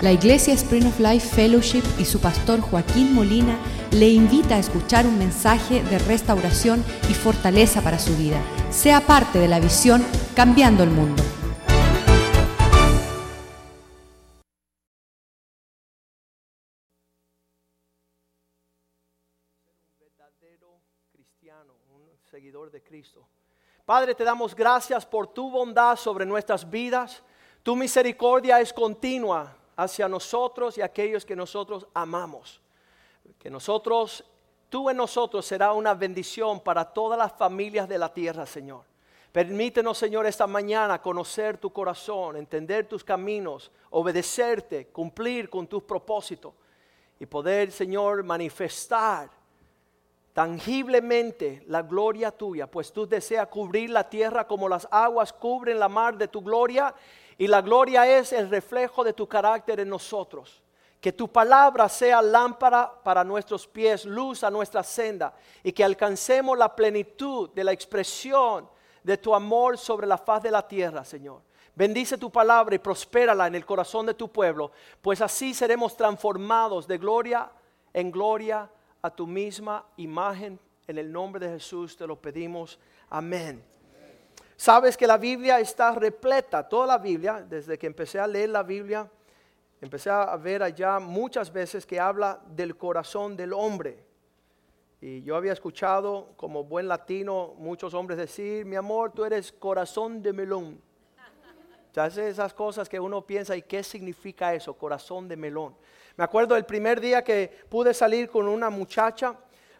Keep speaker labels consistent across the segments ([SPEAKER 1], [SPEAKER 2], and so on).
[SPEAKER 1] La Iglesia Spring of Life Fellowship y su pastor Joaquín Molina le invita a escuchar un mensaje de restauración y fortaleza para su vida. Sea parte de la visión Cambiando el Mundo.
[SPEAKER 2] Un verdadero cristiano, un seguidor de Cristo. Padre, te damos gracias por tu bondad sobre nuestras vidas. Tu misericordia es continua hacia nosotros y aquellos que nosotros amamos. Que tú en nosotros será una bendición para todas las familias de la tierra, Señor. Permítenos, Señor, esta mañana conocer tu corazón, entender tus caminos, obedecerte, cumplir con tus propósitos y poder, Señor, manifestar tangiblemente la gloria tuya, pues tú deseas cubrir la tierra como las aguas cubren la mar de tu gloria, y la gloria es el reflejo de tu carácter en nosotros. Que tu palabra sea lámpara para nuestros pies, luz a nuestra senda, y que alcancemos la plenitud de la expresión de tu amor sobre la faz de la tierra, Señor. Bendice tu palabra y prospérala en el corazón de tu pueblo, pues así seremos transformados de gloria en gloria a tu misma imagen. En el nombre de Jesús te lo pedimos. Amén. Sabes que la Biblia está repleta, toda la Biblia, desde que empecé a leer la Biblia, empecé a ver allá muchas veces que habla del corazón del hombre. Y yo había escuchado como buen latino muchos hombres decir: mi amor, tú eres corazón de melón. ¿Sabes? Esas cosas que uno piensa, ¿y qué significa eso? Corazón de melón. Me acuerdo el primer día que pude salir con una muchacha,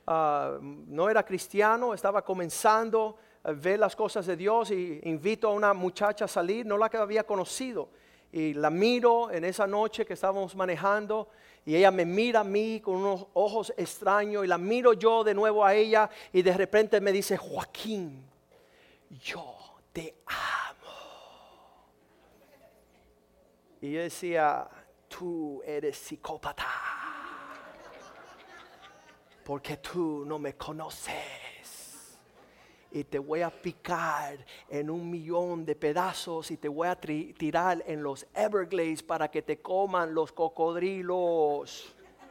[SPEAKER 2] no era cristiano, estaba comenzando a ver las cosas de Dios, y invito a una muchacha a salir, no la que había conocido, y la miro en esa noche que estábamos manejando, y ella me mira a mí con unos ojos extraños, y la miro yo de nuevo a ella, y de repente me dice: Joaquín, yo te amo. Y yo decía: tú eres psicópata, porque tú no me conoces, y te voy a picar en 1,000,000 de pedazos, y te voy a tirar en los Everglades para que te coman los cocodrilos.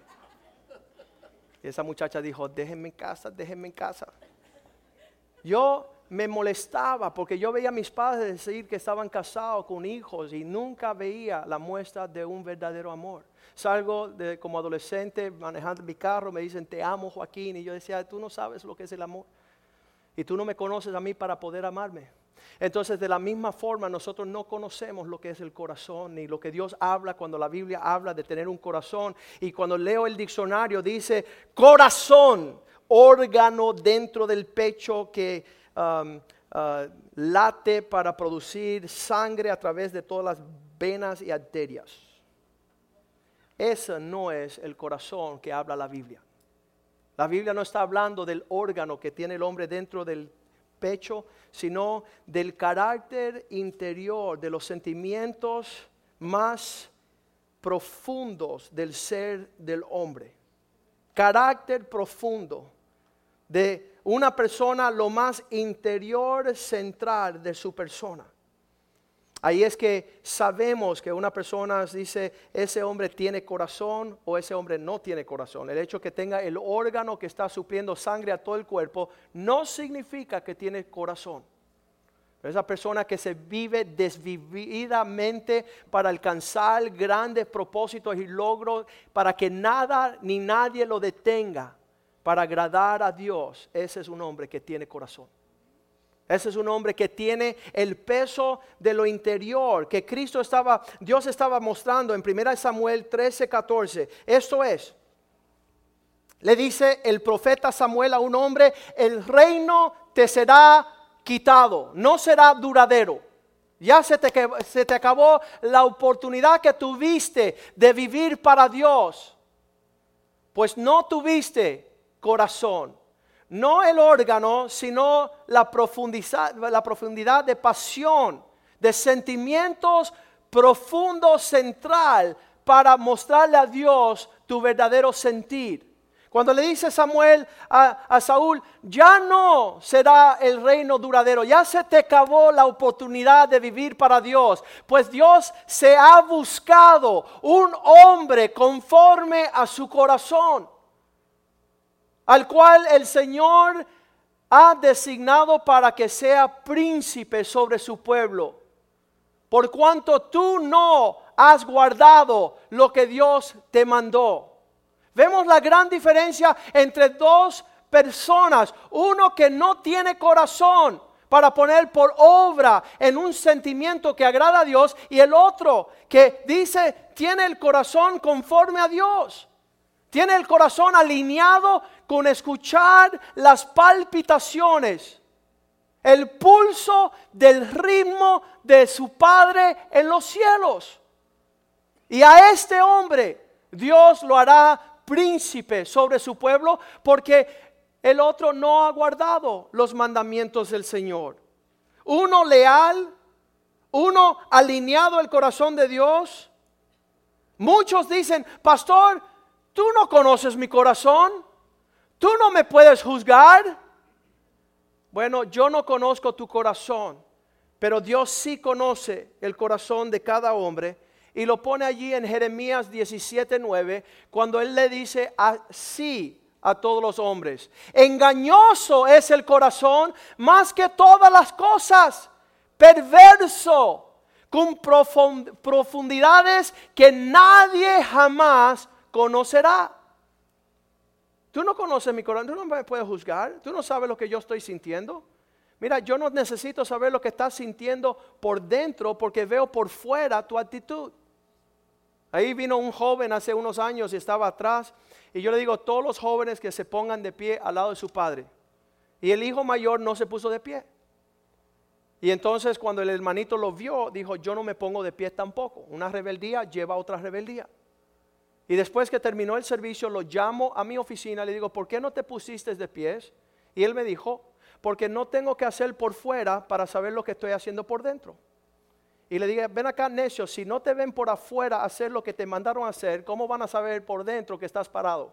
[SPEAKER 2] Y esa muchacha dijo: déjenme en casa, déjenme en casa. Yo me molestaba porque yo veía a mis padres decir que estaban casados con hijos y nunca veía la muestra de un verdadero amor. Salgo como adolescente manejando mi carro, me dicen: te amo, Joaquín, y yo decía: tú no sabes lo que es el amor, y tú no me conoces a mí para poder amarme. Entonces, de la misma forma, nosotros no conocemos lo que es el corazón, ni lo que Dios habla cuando la Biblia habla de tener un corazón. Y cuando leo el diccionario dice: corazón, órgano dentro del pecho que late para producir sangre a través de todas las venas y arterias. Ese no es el corazón que habla la Biblia. La Biblia no está hablando del órgano que tiene el hombre dentro del pecho, sino del carácter interior, de los sentimientos más profundos del ser del hombre. Carácter profundo de una persona, lo más interior, central de su persona. Ahí es que sabemos que una persona dice: ese hombre tiene corazón o ese hombre no tiene corazón. El hecho que tenga el órgano que está supliendo sangre a todo el cuerpo no significa que tiene corazón. Esa persona que se vive desvividamente para alcanzar grandes propósitos y logros, para que nada ni nadie lo detenga para agradar a Dios, ese es un hombre que tiene corazón. Ese es un hombre que tiene el peso de lo interior que Dios estaba mostrando en 1 Samuel 13:14. Esto es, le dice el profeta Samuel a un hombre: el reino te será quitado, no será duradero. Ya se te acabó la oportunidad que tuviste de vivir para Dios, pues no tuviste corazón. No el órgano, sino la profundidad de pasión, de sentimientos profundos, central, para mostrarle a Dios tu verdadero sentir. Cuando le dice Samuel a Saúl, ya no será el reino duradero, ya se te acabó la oportunidad de vivir para Dios, pues Dios se ha buscado un hombre conforme a su corazón, al cual el Señor ha designado para que sea príncipe sobre su pueblo, por cuanto tú no has guardado lo que Dios te mandó. Vemos la gran diferencia entre dos personas. Uno que no tiene corazón para poner por obra en un sentimiento que agrada a Dios, y el otro que dice tiene el corazón conforme a Dios. Tiene el corazón alineado con escuchar las palpitaciones, el pulso del ritmo de su Padre en los cielos. Y a este hombre Dios lo hará príncipe sobre su pueblo, porque el otro no ha guardado los mandamientos del Señor. Uno leal, uno alineado al corazón de Dios. Muchos dicen, pastor, tú no conoces mi corazón, tú no me puedes juzgar. Bueno, yo no conozco tu corazón, pero Dios sí conoce el corazón de cada hombre. Y lo pone allí en Jeremías 17:9, cuando él le dice así a todos los hombres: engañoso es el corazón más que todas las cosas, perverso, con profundidades que nadie jamás conocerá. Tú no conoces mi corazón, tú no me puedes juzgar, tú no sabes lo que yo estoy sintiendo. Mira, yo no necesito saber lo que estás sintiendo por dentro, porque veo por fuera tu actitud. Ahí vino un joven hace unos años y estaba atrás, y yo le digo, todos los jóvenes que se pongan de pie al lado de su padre. Y el hijo mayor no se puso de pie. Y entonces cuando el hermanito lo vio, dijo, yo no me pongo de pie tampoco. Una rebeldía lleva a otra rebeldía. Y después que terminó el servicio, lo llamo a mi oficina, le digo, ¿por qué no te pusiste de pies? Y él me dijo, porque no tengo que hacer por fuera para saber lo que estoy haciendo por dentro. Y le dije, ven acá, necio, si no te ven por afuera hacer lo que te mandaron a hacer, ¿cómo van a saber por dentro que estás parado?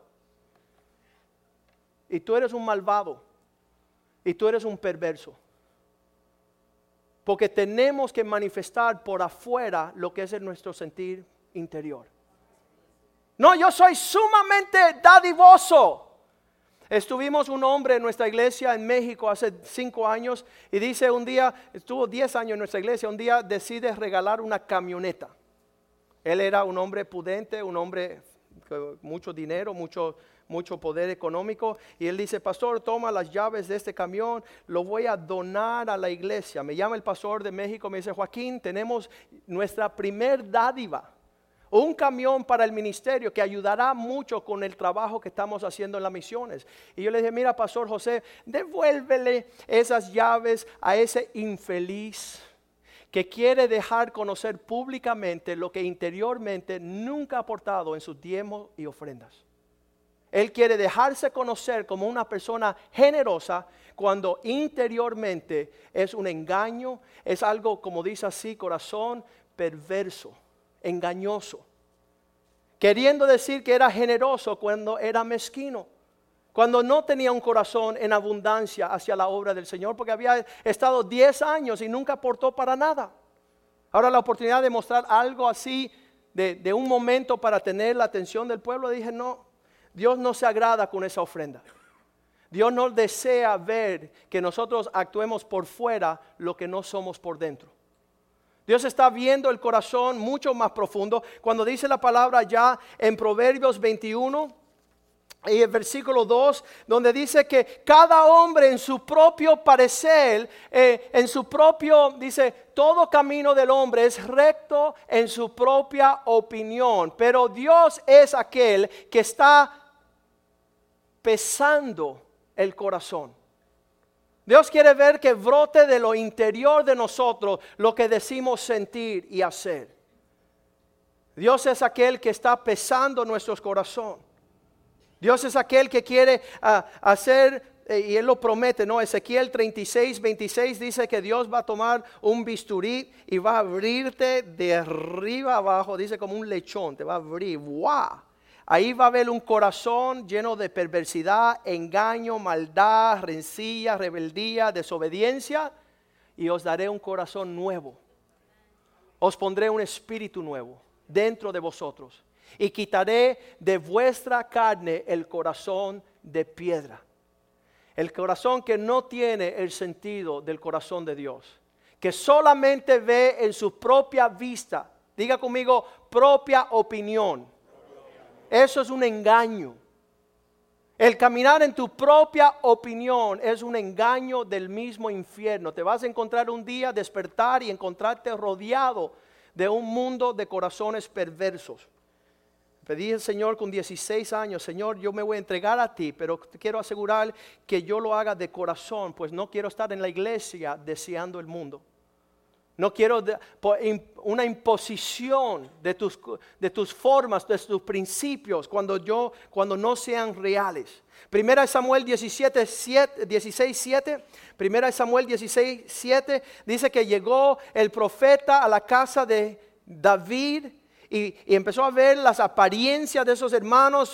[SPEAKER 2] Y tú eres un malvado, y tú eres un perverso. Porque tenemos que manifestar por afuera lo que es en nuestro sentir interior. No, yo soy sumamente dadivoso. Estuvimos un hombre en nuestra iglesia en México hace 5 años y dice un día, estuvo 10 años en nuestra iglesia, un día decide regalar una camioneta. Él era un hombre prudente, un hombre con mucho dinero, mucho poder económico, y él dice, pastor, toma las llaves de este camión, lo voy a donar a la iglesia. Me llama el pastor de México, me dice, Joaquín, tenemos nuestra primer dádiva. Un camión para el ministerio que ayudará mucho con el trabajo que estamos haciendo en las misiones. Y yo le dije, mira, pastor José, devuélvele esas llaves a ese infeliz que quiere dejar conocer públicamente lo que interiormente nunca ha aportado en sus diezmos y ofrendas. Él quiere dejarse conocer como una persona generosa cuando interiormente es un engaño, es algo, como dice así, corazón perverso, engañoso, queriendo decir que era generoso cuando era mezquino, cuando no tenía un corazón en abundancia hacia la obra del Señor, porque había estado 10 años y nunca aportó para nada. Ahora la oportunidad de mostrar algo así de un momento para tener la atención del pueblo, dije, no, Dios no se agrada con esa ofrenda. Dios no desea ver que nosotros actuemos por fuera lo que no somos por dentro. Dios está viendo el corazón mucho más profundo. Cuando dice la palabra ya en Proverbios 21 y el versículo 2, donde dice que cada hombre en su propio parecer, dice, todo camino del hombre es recto en su propia opinión, pero Dios es aquel que está pesando el corazón. Dios quiere ver que brote de lo interior de nosotros lo que decimos sentir y hacer. Dios es aquel que está pesando nuestros corazones. Dios es aquel que quiere hacer, y Él lo promete, ¿no? Ezequiel 36:26 dice que Dios va a tomar un bisturí y va a abrirte de arriba abajo, dice como un lechón, te va a abrir, ¡guau! Ahí va a haber un corazón lleno de perversidad, engaño, maldad, rencilla, rebeldía, desobediencia. Y os daré un corazón nuevo. Os pondré un espíritu nuevo dentro de vosotros. Y quitaré de vuestra carne el corazón de piedra. El corazón que no tiene el sentido del corazón de Dios. Que solamente ve en su propia vista. Diga conmigo, propia opinión. Eso es un engaño. El caminar en tu propia opinión es un engaño del mismo infierno. Te vas a encontrar un día, despertar y encontrarte rodeado de un mundo de corazones perversos. Pedí al Señor con 16 años, Señor, yo me voy a entregar a ti, pero te quiero asegurar que yo lo haga de corazón, pues no quiero estar en la iglesia deseando el mundo. No quiero una imposición de tus formas, de tus principios, cuando no sean reales. Primera de Samuel 16:7. Primera de Samuel 16:7 dice que llegó el profeta a la casa de David y empezó a ver las apariencias de esos hermanos.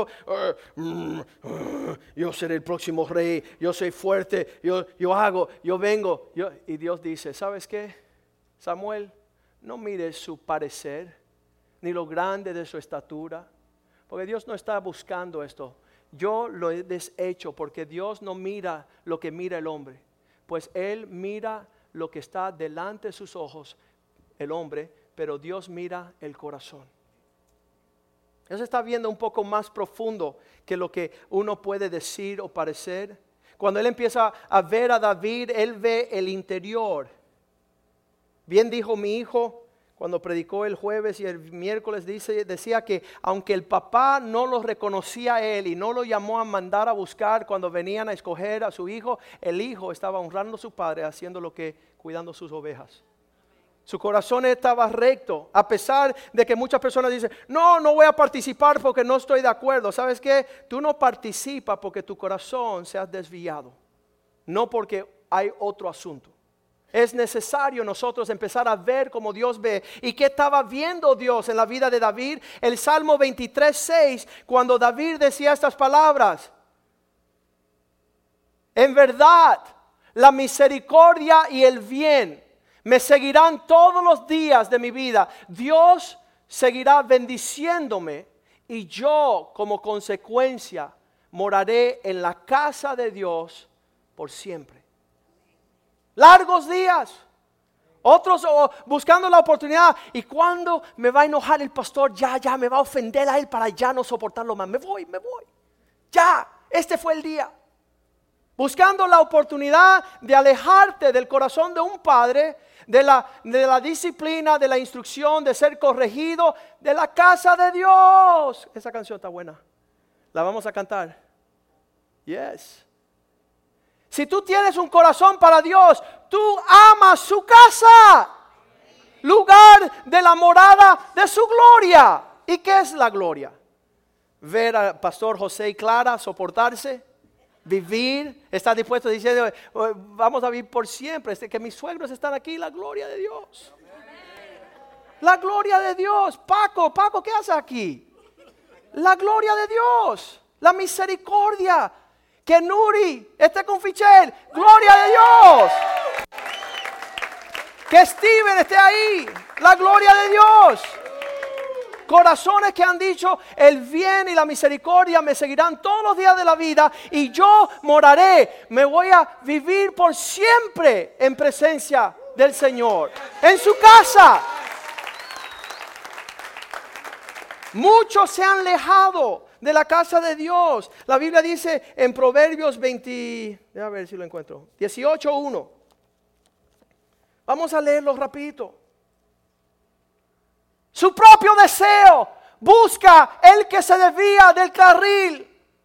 [SPEAKER 2] Yo seré el próximo rey, yo soy fuerte, yo vengo. Y Dios dice, ¿sabes qué? Samuel, no mires su parecer, ni lo grande de su estatura, porque Dios no está buscando esto. Yo lo he deshecho porque Dios no mira lo que mira el hombre, pues Él mira lo que está delante de sus ojos, el hombre, pero Dios mira el corazón. Eso está viendo un poco más profundo que lo que uno puede decir o parecer. Cuando Él empieza a ver a David, Él ve el interior. Bien dijo mi hijo cuando predicó el jueves y el miércoles, decía que aunque el papá no lo reconocía a él y no lo llamó a mandar a buscar cuando venían a escoger a su hijo, el hijo estaba honrando a su padre haciendo cuidando sus ovejas. Su corazón estaba recto, a pesar de que muchas personas dicen, no voy a participar porque no estoy de acuerdo. ¿Sabes qué? Tú no participas porque tu corazón se ha desviado, no porque hay otro asunto. Es necesario nosotros empezar a ver como Dios ve. ¿Y qué estaba viendo Dios en la vida de David? El Salmo 23:6, cuando David decía estas palabras: en verdad, la misericordia y el bien me seguirán todos los días de mi vida. Dios seguirá bendiciéndome y yo como consecuencia moraré en la casa de Dios por siempre. Largos días, otros buscando la oportunidad. ¿Y cuándo me va a enojar el pastor? Ya me va a ofender a él para ya no soportarlo más. Me voy. Ya, este fue el día. Buscando la oportunidad de alejarte del corazón de un padre, de la disciplina, de la instrucción, de ser corregido, de la casa de Dios. Esa canción está buena. La vamos a cantar. Yes. Si tú tienes un corazón para Dios, tú amas su casa, lugar de la morada de su gloria. ¿Y qué es la gloria? Ver al pastor José y Clara soportarse, vivir, estar dispuesto diciendo, vamos a vivir por siempre, que mis suegros están aquí, la gloria de Dios. La gloria de Dios. Paco, ¿qué haces aquí? La gloria de Dios, la misericordia. Que Nuri esté con Fichel, gloria de Dios. Que Steven esté ahí, la gloria de Dios. Corazones que han dicho, el bien y la misericordia me seguirán todos los días de la vida y yo moraré, me voy a vivir por siempre en presencia del Señor, en su casa. Muchos se han alejado de la casa de Dios. La Biblia dice en Proverbios déjame ver si lo encuentro, 18:1. Vamos a leerlo rapidito. Su propio deseo busca el que se desvía del carril.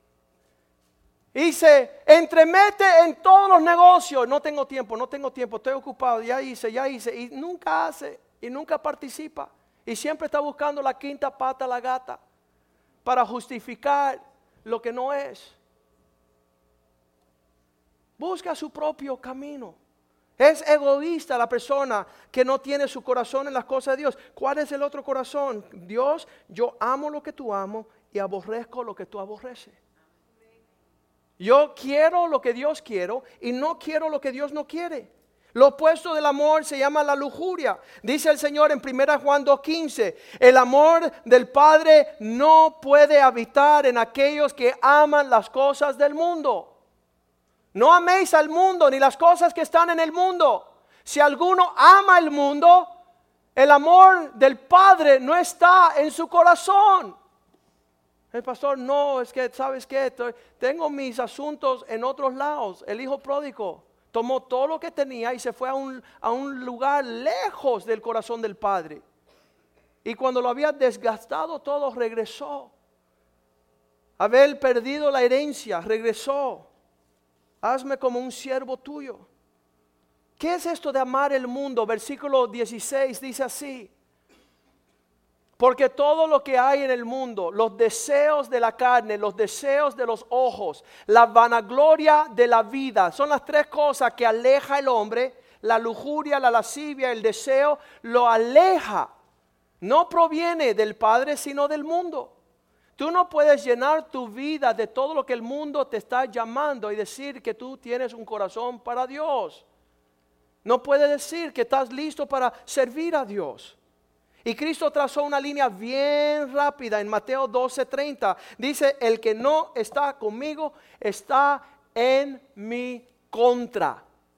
[SPEAKER 2] Y se entremete en todos los negocios. No tengo tiempo, estoy ocupado, ya hice. Y nunca hace y nunca participa. Y siempre está buscando la quinta pata a la gata para justificar lo que no es. Busca su propio camino. Es egoísta la persona que no tiene su corazón en las cosas de Dios. ¿Cuál es el otro corazón? Dios, yo amo lo que tú amo y aborrezco lo que tú aborreces. Yo quiero lo que Dios quiere y no quiero lo que Dios no quiere. Lo opuesto del amor se llama la lujuria. Dice el Señor en 1 Juan 2:15, el amor del Padre no puede habitar en aquellos que aman las cosas del mundo. No améis al mundo ni las cosas que están en el mundo. Si alguno ama el mundo, el amor del Padre no está en su corazón. El pastor, no, es que, ¿sabes qué? Tengo mis asuntos en otros lados. El hijo pródigo tomó todo lo que tenía y se fue a un lugar lejos del corazón del Padre. Y cuando lo había desgastado todo, regresó. Haber perdido la herencia, regresó. Hazme como un siervo tuyo. ¿Qué es esto de amar el mundo? Versículo 16 dice así. Porque todo lo que hay en el mundo, los deseos de la carne, los deseos de los ojos, la vanagloria de la vida, son las tres cosas que aleja al hombre. La lujuria, la lascivia, el deseo, lo aleja. No proviene del Padre, sino del mundo. Tú no puedes llenar tu vida de todo lo que el mundo te está llamando y decir que tú tienes un corazón para Dios. No puedes decir que estás listo para servir a Dios. Y Cristo trazó una línea bien rápida en Mateo 12:30. Dice, el que no está conmigo está en mi contra.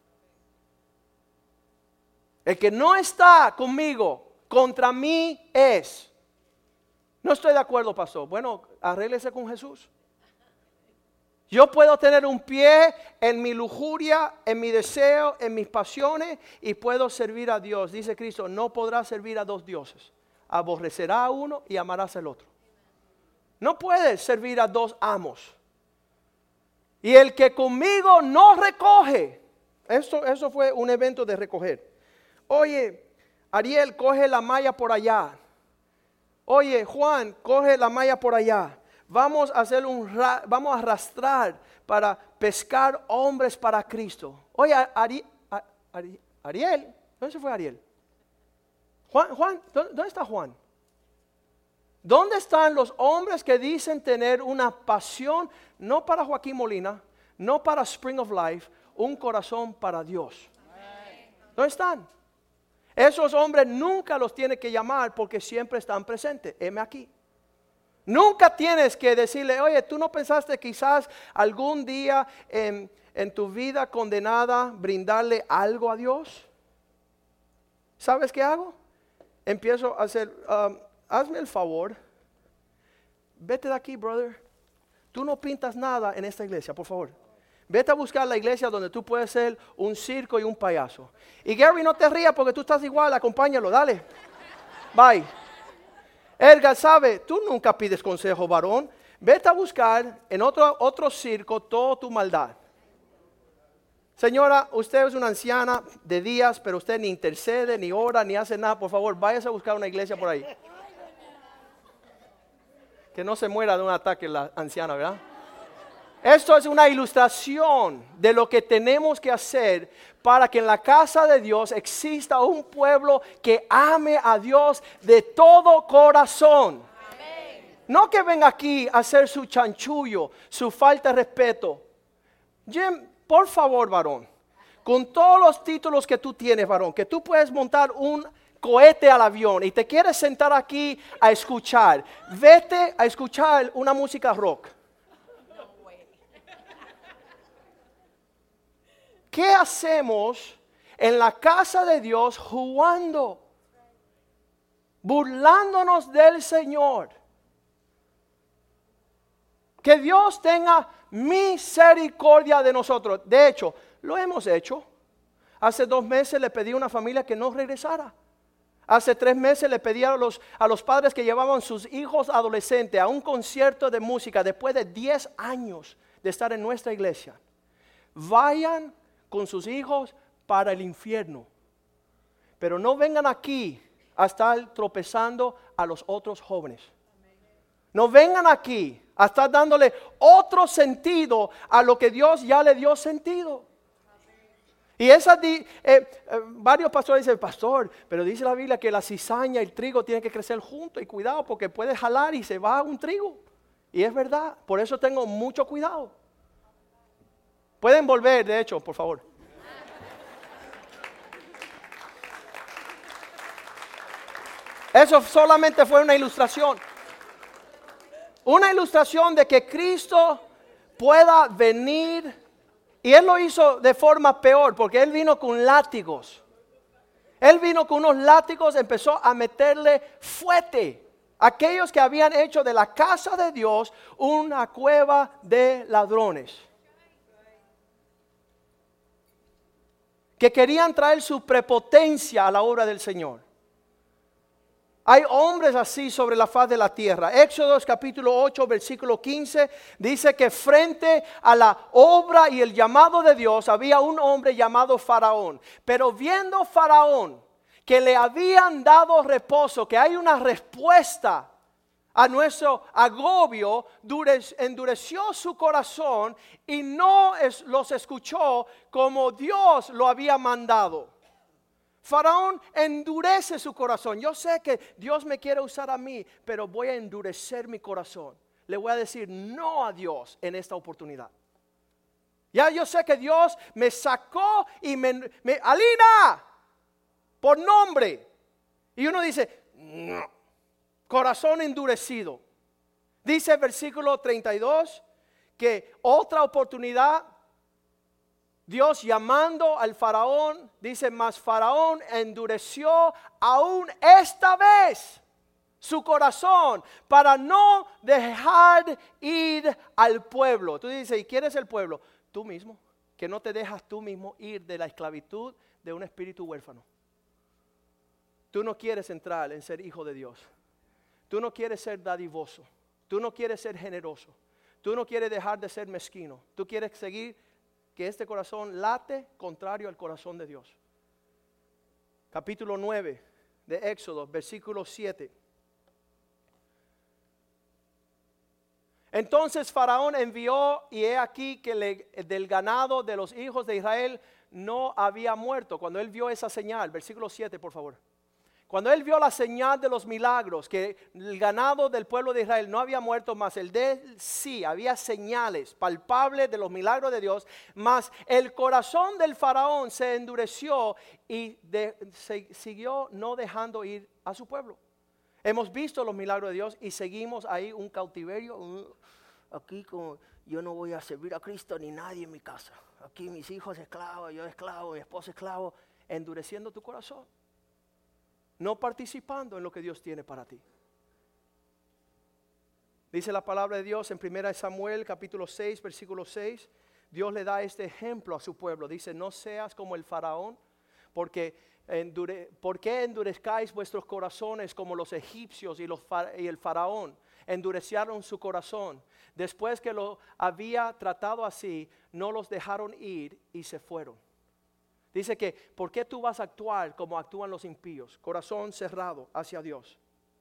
[SPEAKER 2] El que no está conmigo, contra mí es. No estoy de acuerdo, pastor. Bueno, arréglese con Jesús. Yo puedo tener un pie en mi lujuria, en mi deseo, en mis pasiones y puedo servir a Dios. Dice Cristo, no podrás servir a dos dioses. Aborrecerá a uno y amarás al otro. No puedes servir a dos amos. Y el que conmigo no recoge. Eso fue un evento de recoger. Oye, Ariel, coge la malla por allá. Oye, Juan, coge la malla por allá. Vamos a arrastrar para pescar hombres para Cristo. Oye, Ariel, ¿dónde se fue Ariel? Juan, ¿dónde está Juan? ¿Dónde están los hombres que dicen tener una pasión, no para Joaquín Molina, no para Spring of Life, un corazón para Dios? ¿Dónde están? Esos hombres nunca los tiene que llamar porque siempre están presentes. Heme aquí. Nunca tienes que decirle, oye, ¿tú no pensaste quizás algún día en tu vida condenada brindarle algo a Dios? ¿Sabes qué hago? Empiezo a hacer, hazme el favor, vete de aquí, brother. Tú no pintas nada en esta iglesia, por favor. Vete a buscar la iglesia donde tú puedes ser un circo y un payaso. Y Gary, no te rías porque tú estás igual, acompáñalo, dale. Bye. Edgar, sabe, tú nunca pides consejo, varón. Vete a buscar en otro circo toda tu maldad. Señora, usted es una anciana de días, pero usted ni intercede, ni ora, ni hace nada. Por favor, váyase a buscar una iglesia por ahí. Que no se muera de un ataque la anciana, ¿verdad? Esto es una ilustración de lo que tenemos que hacer para que en la casa de Dios exista un pueblo que ame a Dios de todo corazón. Amén. No que venga aquí a hacer su chanchullo, su falta de respeto. Jim, por favor, varón, con todos los títulos que tú tienes, varón, que tú puedes montar un cohete al avión y te quieres sentar aquí a escuchar, vete a escuchar una música rock. ¿Qué hacemos en la casa de Dios jugando? Burlándonos del Señor. Que Dios tenga misericordia de nosotros. De hecho, lo hemos hecho. Hace 2 meses le pedí a una familia que no regresara. Hace 3 meses le pedí a los padres que llevaban sus hijos adolescentes a un concierto de música después de 10 años de estar en nuestra iglesia. Vayan con sus hijos para el infierno. Pero no vengan aquí a estar tropezando a los otros jóvenes. No vengan aquí a estar dándole otro sentido a lo que Dios ya le dio sentido. Y varios pastores dicen, pastor, pero dice la Biblia que la cizaña y el trigo tienen que crecer juntos y cuidado porque puede jalar y se va un trigo. Y es verdad, por eso tengo mucho cuidado. Pueden volver, de hecho, por favor. Eso solamente fue una ilustración. Una ilustración de que Cristo pueda venir. Y Él lo hizo de forma peor, porque Él vino con látigos. Él vino con unos látigos, empezó a meterle fuete. Aquellos que habían hecho de la casa de Dios una cueva de ladrones. Que querían traer su prepotencia a la obra del Señor. Hay hombres así sobre la faz de la tierra. Éxodo capítulo 8, versículo 15, dice que frente a la obra y el llamado de Dios había un hombre llamado Faraón. Pero viendo Faraón que le habían dado reposo, que hay una respuesta a nuestro agobio, endureció su corazón y no los escuchó como Dios lo había mandado. Faraón endurece su corazón. Yo sé que Dios me quiere usar a mí, pero voy a endurecer mi corazón. Le voy a decir no a Dios en esta oportunidad. Ya yo sé que Dios me sacó y me Alina, por nombre. Y uno dice, no, corazón endurecido. Dice el versículo 32 que otra oportunidad, Dios llamando al faraón, dice, mas faraón endureció aún esta vez su corazón para no dejar ir al pueblo. Tú dices, ¿y quién es el pueblo? Tú mismo, que no te dejas tú mismo ir de la esclavitud de un espíritu huérfano. Tú no quieres entrar en ser hijo de Dios. Tú no quieres ser dadivoso. Tú no quieres ser generoso. Tú no quieres dejar de ser mezquino. Tú quieres seguir que este corazón late contrario al corazón de Dios. Capítulo 9 de Éxodo, versículo 7. Entonces Faraón envió, y he aquí que del ganado de los hijos de Israel no había muerto. Cuando él vio esa señal, versículo 7 por favor. Cuando él vio la señal de los milagros, que el ganado del pueblo de Israel no había muerto, más el de él sí, había señales palpables de los milagros de Dios, más el corazón del faraón se endureció y siguió no dejando ir a su pueblo. Hemos visto los milagros de Dios y seguimos ahí un cautiverio, aquí como yo no voy a servir a Cristo ni nadie en mi casa. Aquí mis hijos esclavos, yo esclavo, mi esposa esclavo, endureciendo tu corazón. No participando en lo que Dios tiene para ti. Dice la palabra de Dios en 1 Samuel capítulo 6 versículo 6. Dios le da este ejemplo a su pueblo. Dice, no seas como el faraón, ¿por qué endurezcáis vuestros corazones como los egipcios y el faraón? Endurecieron su corazón. Después que lo había tratado así, no los dejaron ir y se fueron. Dice que, ¿por qué tú vas a actuar como actúan los impíos? Corazón cerrado hacia Dios.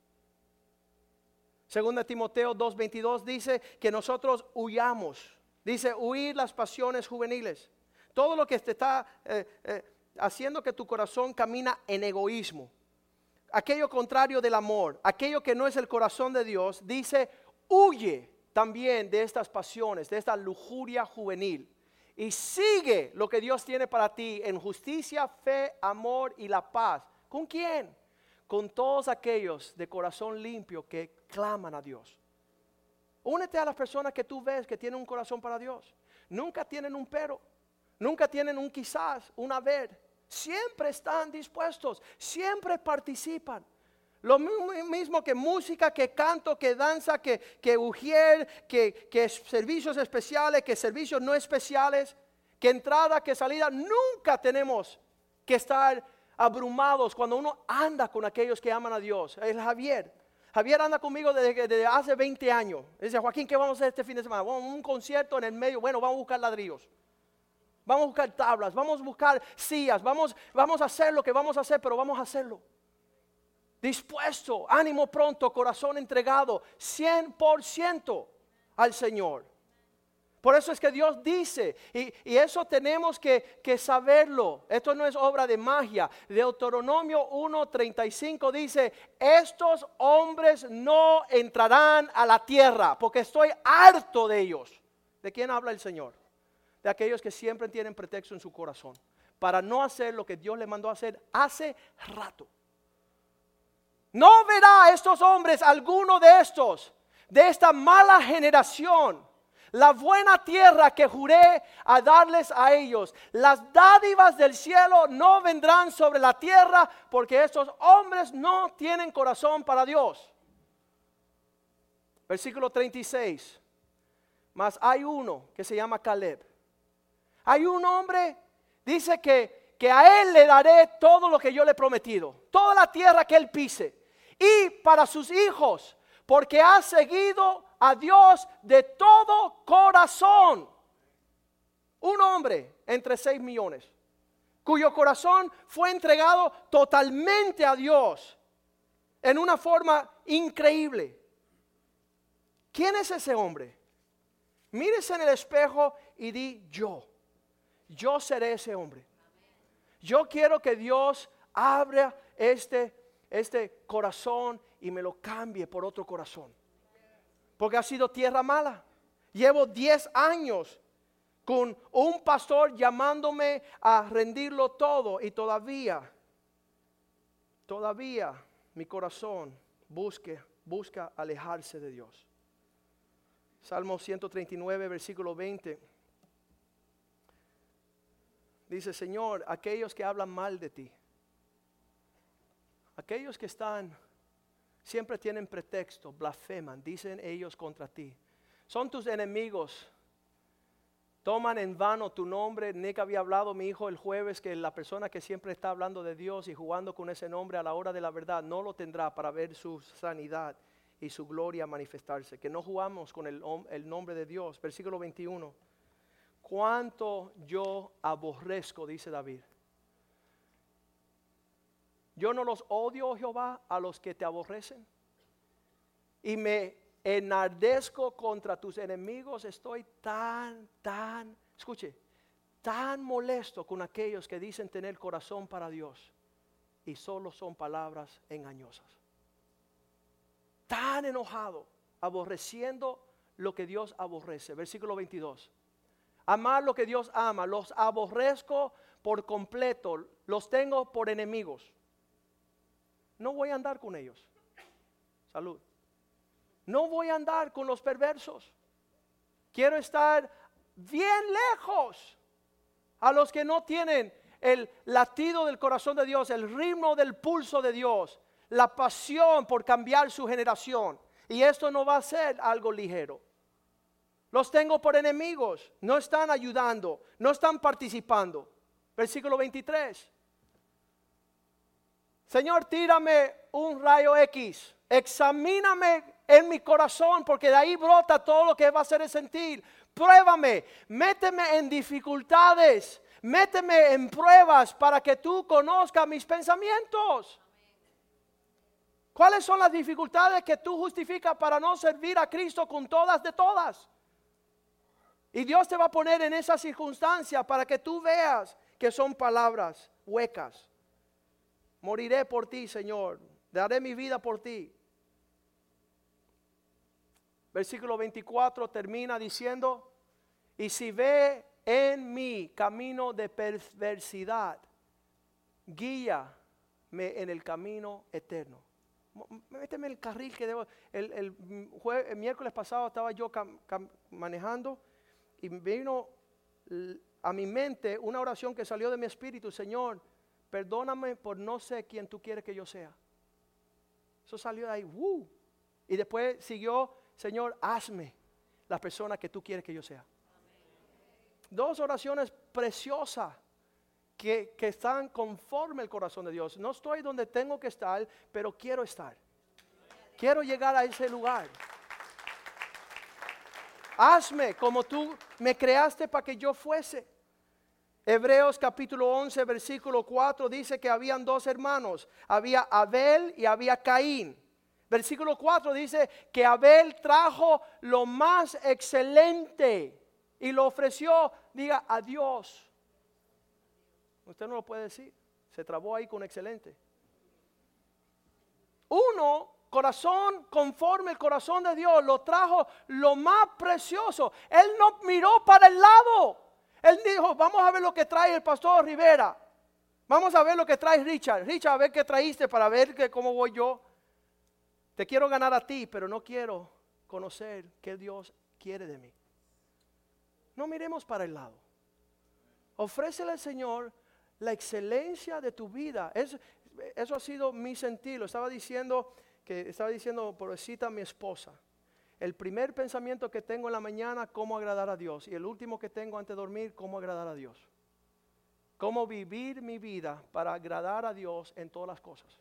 [SPEAKER 2] Segunda Timoteo 2:22 dice que nosotros huyamos. Dice, huir las pasiones juveniles. Todo lo que te está haciendo que tu corazón camina en egoísmo. Aquello contrario del amor, aquello que no es el corazón de Dios, dice, huye también de estas pasiones, de esta lujuria juvenil. Y sigue lo que Dios tiene para ti en justicia, fe, amor y la paz. ¿Con quién? Con todos aquellos de corazón limpio que claman a Dios. Únete a las personas que tú ves que tienen un corazón para Dios. Nunca tienen un pero, nunca tienen un quizás, un haber. Siempre están dispuestos, siempre participan. Lo mismo que música, que canto, que danza, que ujier, que servicios especiales, que servicios no especiales, que entrada, que salida. Nunca tenemos que estar abrumados cuando uno anda con aquellos que aman a Dios. El Javier anda conmigo desde hace 20 años. Dice, Joaquín, ¿qué vamos a hacer este fin de semana? Vamos a un concierto en el medio. Bueno, vamos a buscar ladrillos. Vamos a buscar tablas, vamos a buscar sillas, vamos a hacer lo que vamos a hacer, pero vamos a hacerlo. Dispuesto, ánimo pronto, corazón entregado, 100% al Señor. Por eso es que Dios dice, y eso tenemos que saberlo. Esto no es obra de magia. Deuteronomio 1:35 dice, estos hombres no entrarán a la tierra, porque estoy harto de ellos. ¿De quién habla el Señor? De aquellos que siempre tienen pretexto en su corazón para no hacer lo que Dios le mandó a hacer hace rato. No verá a estos hombres, alguno de estos, de esta mala generación, la buena tierra que juré a darles a ellos. Las dádivas del cielo no vendrán sobre la tierra, porque estos hombres no tienen corazón para Dios. Versículo 36. Mas hay uno que se llama Caleb. Hay un hombre, dice que a él le daré todo lo que yo le he prometido, toda la tierra que él pise, y para sus hijos, porque ha seguido a Dios de todo corazón. Un hombre entre 6 millones, cuyo corazón fue entregado totalmente a Dios en una forma increíble. ¿Quién es ese hombre? Mírese en el espejo y di yo seré ese hombre. Yo quiero que Dios abra este corazón y me lo cambie por otro corazón. Porque ha sido tierra mala. Llevo 10 años con un pastor llamándome a rendirlo todo y todavía mi corazón busca alejarse de Dios. Salmo 139, versículo 20. Dice, Señor, aquellos que hablan mal de ti, aquellos que siempre tienen pretexto, blasfeman, dicen ellos contra ti, son tus enemigos, toman en vano tu nombre. Nick había hablado, mi hijo, el jueves, que la persona que siempre está hablando de Dios y jugando con ese nombre a la hora de la verdad no lo tendrá para ver su sanidad y su gloria manifestarse. Que no jugamos con el nombre de Dios. Versículo 21. Cuánto yo aborrezco, dice David. Yo no los odio, oh Jehová, a los que te aborrecen, y me enardezco contra tus enemigos. Estoy tan molesto con aquellos que dicen tener corazón para Dios y solo son palabras engañosas. Tan enojado, aborreciendo lo que Dios aborrece. Versículo 22. Amar lo que Dios ama, los aborrezco por completo, los tengo por enemigos. No voy a andar con ellos. Salud. No voy a andar con los perversos. Quiero estar bien lejos a los que no tienen el latido del corazón de Dios, el ritmo del pulso de Dios, la pasión por cambiar su generación. Y esto no va a ser algo ligero. Los tengo por enemigos, no están ayudando, no están participando. Versículo 23. Señor, tírame un rayo X, examíname en mi corazón, porque de ahí brota todo lo que va a hacer sentir. Pruébame, méteme en dificultades, méteme en pruebas para que tú conozcas mis pensamientos. ¿Cuáles son las dificultades que tú justificas para no servir a Cristo con todas de todas? Y Dios te va a poner en esa circunstancia para que tú veas que son palabras huecas. Moriré por ti, Señor. Daré mi vida por ti. Versículo 24 termina diciendo, y si ve en mí camino de perversidad, guíame en el camino eterno. Méteme en el carril que debo. El miércoles pasado estaba yo manejando y vino a mi mente una oración que salió de mi espíritu. Señor, perdóname por no ser quien tú quieres que yo sea. Eso salió de ahí. Y después siguió, Señor, hazme la persona que tú quieres que yo sea. Dos oraciones preciosas que están conforme al corazón de Dios. No estoy donde tengo que estar, pero quiero estar. Quiero llegar a ese lugar. Hazme como tú me creaste para que yo fuese. Hebreos capítulo 11 versículo 4 dice que habían dos hermanos. Había Abel y había Caín. Versículo 4 dice que Abel trajo lo más excelente y lo ofreció, diga a Dios. Usted no lo puede decir. Se trabó ahí con excelente. Uno, corazón conforme el corazón de Dios, lo trajo lo más precioso. Él no miró para el lado. Él dijo, vamos a ver lo que trae el pastor Rivera. Vamos a ver lo que trae Richard. Richard, a ver qué traíste para ver cómo voy yo. Te quiero ganar a ti, pero no quiero conocer qué Dios quiere de mí. No miremos para el lado. Ofrécele al Señor la excelencia de tu vida. Eso ha sido mi sentir. Lo estaba diciendo pobrecita mi esposa. El primer pensamiento que tengo en la mañana, cómo agradar a Dios. Y el último que tengo antes de dormir, cómo agradar a Dios. Cómo vivir mi vida para agradar a Dios en todas las cosas.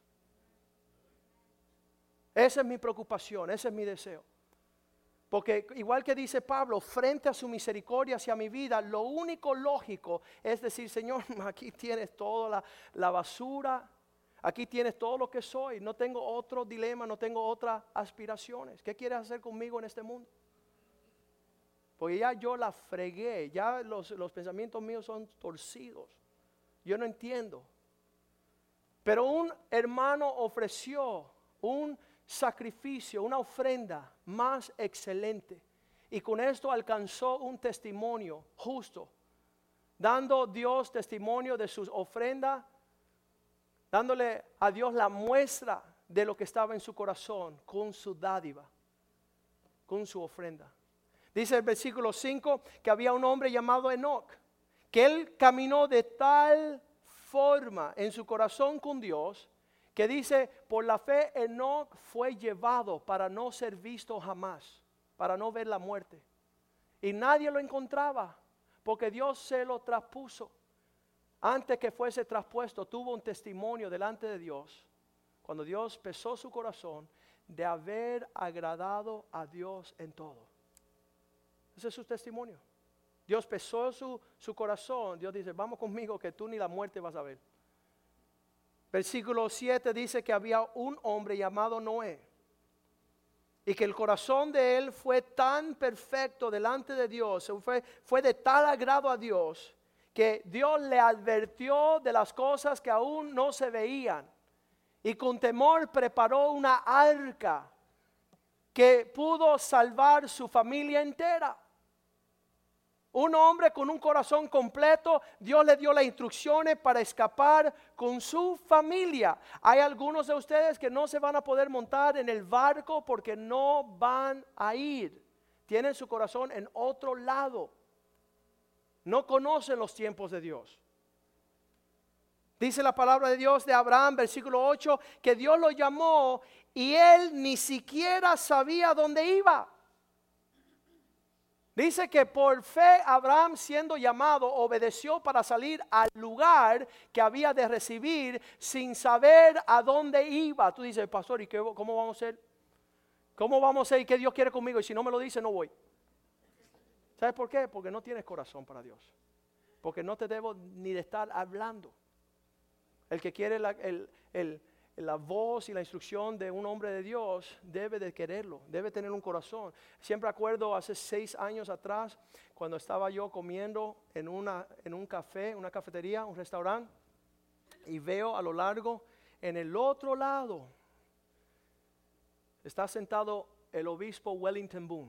[SPEAKER 2] Esa es mi preocupación, ese es mi deseo. Porque igual que dice Pablo, frente a su misericordia hacia mi vida, lo único lógico es decir, Señor, aquí tienes toda la basura. Aquí tienes todo lo que soy. No tengo otro dilema, no tengo otras aspiraciones. ¿Qué quieres hacer conmigo en este mundo? Porque ya yo la fregué. Ya los pensamientos míos son torcidos. Yo no entiendo. Pero un hermano ofreció un sacrificio, una ofrenda más excelente. Y con esto alcanzó un testimonio justo. Dando Dios testimonio de sus ofrendas. Dándole a Dios la muestra de lo que estaba en su corazón con su dádiva, con su ofrenda. Dice el versículo 5 que había un hombre llamado Enoc, que él caminó de tal forma en su corazón con Dios, que dice, por la fe Enoc fue llevado para no ser visto jamás, para no ver la muerte. Y nadie lo encontraba, porque Dios se lo traspuso. Antes que fuese traspuesto, tuvo un testimonio delante de Dios, cuando Dios pesó su corazón, de haber agradado a Dios en todo. Ese es su testimonio. Dios pesó su corazón. Dios dice, vamos conmigo que tú ni la muerte vas a ver. Versículo 7 dice que había un hombre llamado Noé. Y que el corazón de él fue tan perfecto delante de Dios, fue de tal agrado a Dios, que Dios le advirtió de las cosas que aún no se veían. Y con temor preparó una arca que pudo salvar su familia entera. Un hombre con un corazón completo, Dios le dio las instrucciones para escapar con su familia. Hay algunos de ustedes que no se van a poder montar en el barco porque no van a ir. Tienen su corazón en otro lado. No conocen los tiempos de Dios. Dice la palabra de Dios de Abraham, versículo 8, que Dios lo llamó y él ni siquiera sabía dónde iba. Dice que por fe Abraham, siendo llamado, obedeció para salir al lugar que había de recibir sin saber a dónde iba. Tú dices, pastor, ¿y cómo vamos a hacer? ¿Cómo vamos a hacer y qué Dios quiere conmigo? Y si no me lo dice, no voy. ¿Sabes por qué? Porque no tienes corazón para Dios. Porque no te debo ni de estar hablando. El que quiere la voz y la instrucción de un hombre de Dios debe de quererlo, debe tener un corazón. Siempre acuerdo hace 6 años atrás, cuando estaba yo comiendo en un café, una cafetería, un restaurante, y veo a lo largo, en el otro lado, está sentado el obispo Wellington Boone.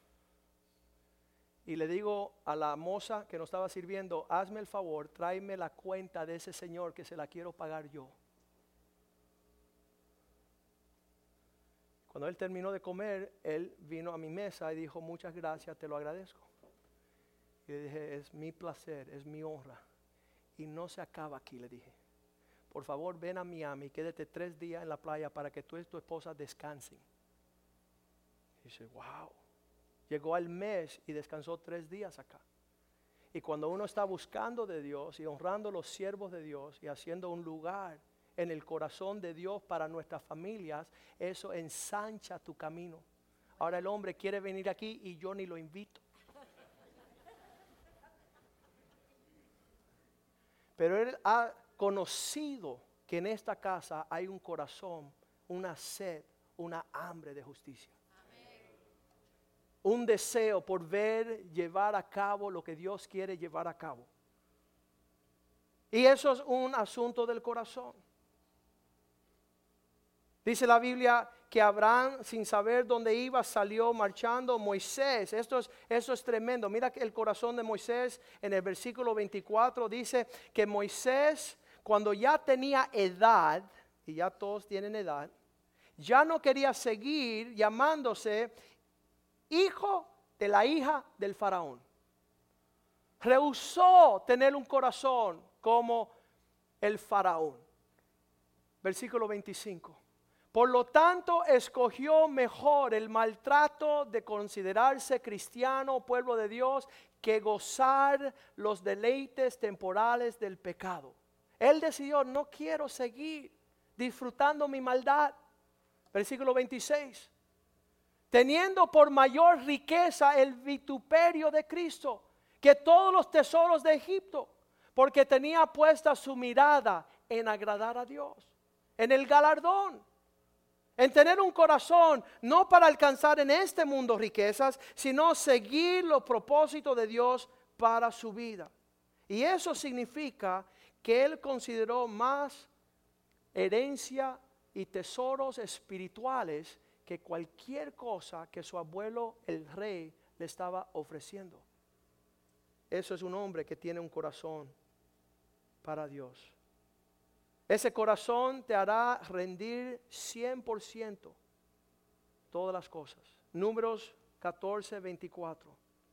[SPEAKER 2] Y le digo a la moza que nos estaba sirviendo, hazme el favor, tráeme la cuenta de ese señor que se la quiero pagar yo. Cuando él terminó de comer, él vino a mi mesa y dijo, muchas gracias, te lo agradezco. Y le dije, es mi placer, es mi honra. Y no se acaba aquí, le dije. Por favor, ven a Miami, quédate 3 días en la playa para que tú y tu esposa descansen. Y dice, wow. Llegó al mes y descansó 3 días acá. Y cuando uno está buscando de Dios y honrando a los siervos de Dios y haciendo un lugar en el corazón de Dios para nuestras familias, eso ensancha tu camino. Ahora el hombre quiere venir aquí y yo ni lo invito. Pero él ha conocido que en esta casa hay un corazón, una sed, una hambre de justicia. un deseo por ver llevar a cabo lo que Dios quiere llevar a cabo. Y eso es un asunto del corazón. Dice la Biblia que Abraham, sin saber dónde iba, salió marchando. Moisés, esto es tremendo. Mira que el corazón de Moisés en el versículo 24 dice que Moisés, cuando ya tenía edad, y ya todos tienen edad, ya no quería seguir llamándose hijo de la hija del faraón. Rehusó tener un corazón como el faraón. Versículo 25. Por lo tanto, escogió mejor el maltrato de considerarse cristiano, pueblo de Dios, que gozar los deleites temporales del pecado. Él decidió, no quiero seguir disfrutando mi maldad. Versículo 26. Teniendo por mayor riqueza el vituperio de Cristo que todos los tesoros de Egipto, porque tenía puesta su mirada en agradar a Dios, en el galardón, en tener un corazón no para alcanzar en este mundo riquezas, sino seguir los propósitos de Dios para su vida. Y eso significa que él consideró más herencia y tesoros espirituales que cualquier cosa que su abuelo el rey le estaba ofreciendo. Eso es un hombre que tiene un corazón para Dios. Ese corazón te hará rendir 100% todas las cosas. Números 14, 24.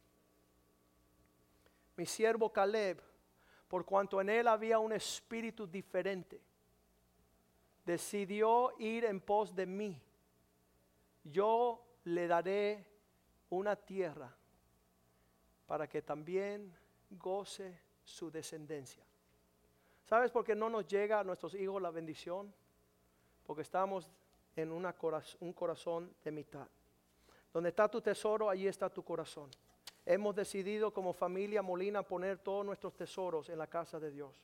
[SPEAKER 2] Mi siervo Caleb, por cuanto en él había un espíritu diferente, decidió ir en pos de mí. Yo le daré una tierra para que también goce su descendencia. ¿Sabes por qué no nos llega a nuestros hijos la bendición? Porque estamos en un corazón de mitad. Donde está tu tesoro, allí está tu corazón. Hemos decidido como familia Molina poner todos nuestros tesoros en la casa de Dios.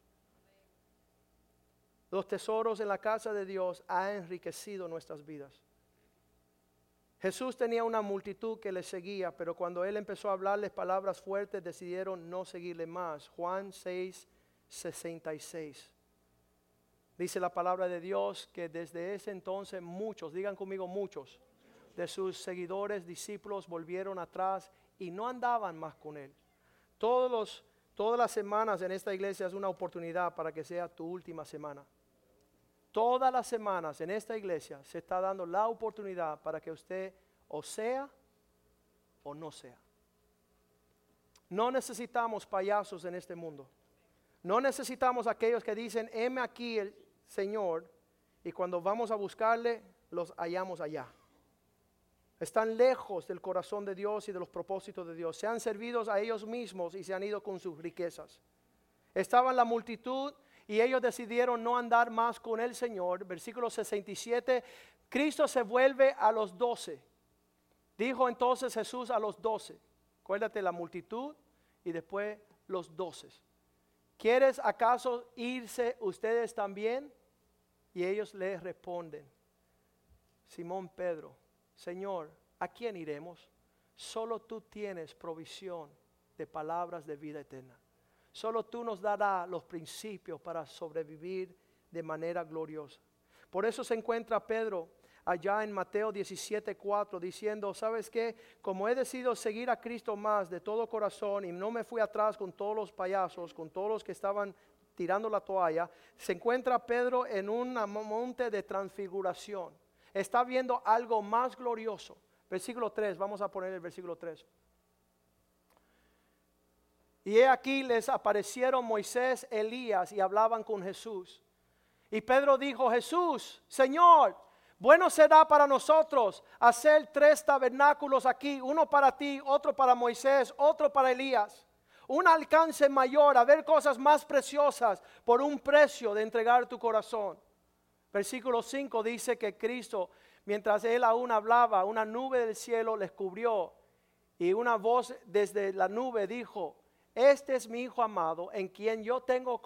[SPEAKER 2] Los tesoros en la casa de Dios han enriquecido nuestras vidas. Jesús tenía una multitud que le seguía, pero cuando él empezó a hablarles palabras fuertes, decidieron no seguirle más. Juan 6, 66. Dice la palabra de Dios que desde ese entonces muchos, digan conmigo muchos, de sus seguidores, discípulos volvieron atrás y no andaban más con él. Todas las semanas en esta iglesia es una oportunidad para que sea tu última semana. Todas las semanas en esta iglesia se está dando la oportunidad para que usted o sea o no sea. No necesitamos payasos en este mundo. No necesitamos aquellos que dicen, heme aquí el Señor, y cuando vamos a buscarle, los hallamos allá. Están lejos del corazón de Dios y de los propósitos de Dios. Se han servido a ellos mismos y se han ido con sus riquezas. Estaban la multitud y ellos decidieron no andar más con el Señor. Versículo 67, Cristo se vuelve a los 12. Dijo entonces Jesús a los 12. Acuérdate, la multitud y después los 12. ¿Quieres acaso irse ustedes también? Y ellos le responden, Simón Pedro, Señor, ¿a quién iremos? Solo tú tienes provisión de palabras de vida eterna. Solo tú nos darás los principios para sobrevivir de manera gloriosa. Por eso se encuentra Pedro allá en Mateo 17:4 diciendo, ¿sabes qué? Como he decidido seguir a Cristo más de todo corazón y no me fui atrás con todos los payasos, con todos los que estaban tirando la toalla, se encuentra Pedro en un monte de transfiguración. Está viendo algo más glorioso. Versículo 3, vamos a poner el versículo 3. Y he aquí les aparecieron Moisés, Elías y hablaban con Jesús. Y Pedro dijo, Jesús, Señor, bueno será para nosotros hacer 3 tabernáculos aquí, uno para ti, otro para Moisés, otro para Elías. Un alcance mayor, a ver cosas más preciosas por un precio de entregar tu corazón. Versículo 5 dice que Cristo, mientras él aún hablaba, una nube del cielo les cubrió y una voz desde la nube dijo, este es mi Hijo amado, en quien yo tengo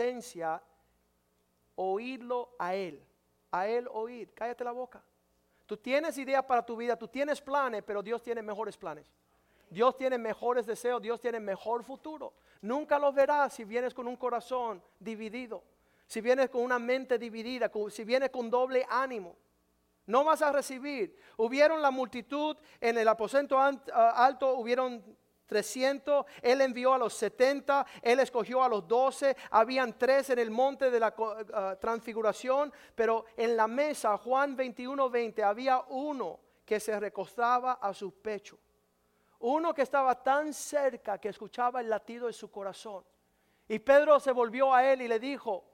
[SPEAKER 2] complacencia, oírlo a él oír. Cállate la boca. Tú tienes ideas para tu vida, tú tienes planes, pero Dios tiene mejores planes. Dios tiene mejores deseos, Dios tiene mejor futuro. Nunca lo verás si vienes con un corazón dividido, si vienes con una mente dividida, si vienes con doble ánimo. No vas a recibir. Hubieron la multitud en el aposento alto, hubieron 300, Él envió a los 70, Él escogió a los 12, habían 3 en el monte de la transfiguración, pero en la mesa, Juan 21:20, había uno que se recostaba a su pecho. Uno que estaba tan cerca que escuchaba el latido de su corazón. Y Pedro se volvió a él y le dijo,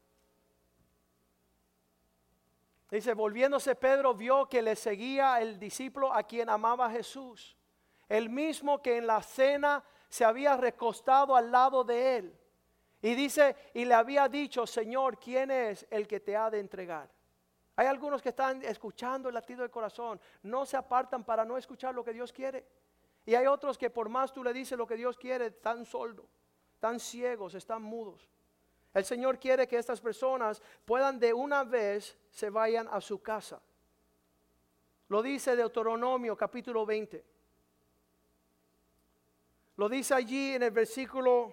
[SPEAKER 2] dice, volviéndose Pedro vio que le seguía el discípulo a quien amaba Jesús. El mismo que en la cena se había recostado al lado de él. Y dice, y le había dicho, Señor, ¿quién es el que te ha de entregar? Hay algunos que están escuchando el latido del corazón, no se apartan para no escuchar lo que Dios quiere. Y hay otros que por más tú le dices lo que Dios quiere, están sordos, están ciegos, están mudos. El Señor quiere que estas personas puedan de una vez se vayan a su casa. Lo dice Deuteronomio capítulo 20. Lo dice allí en el versículo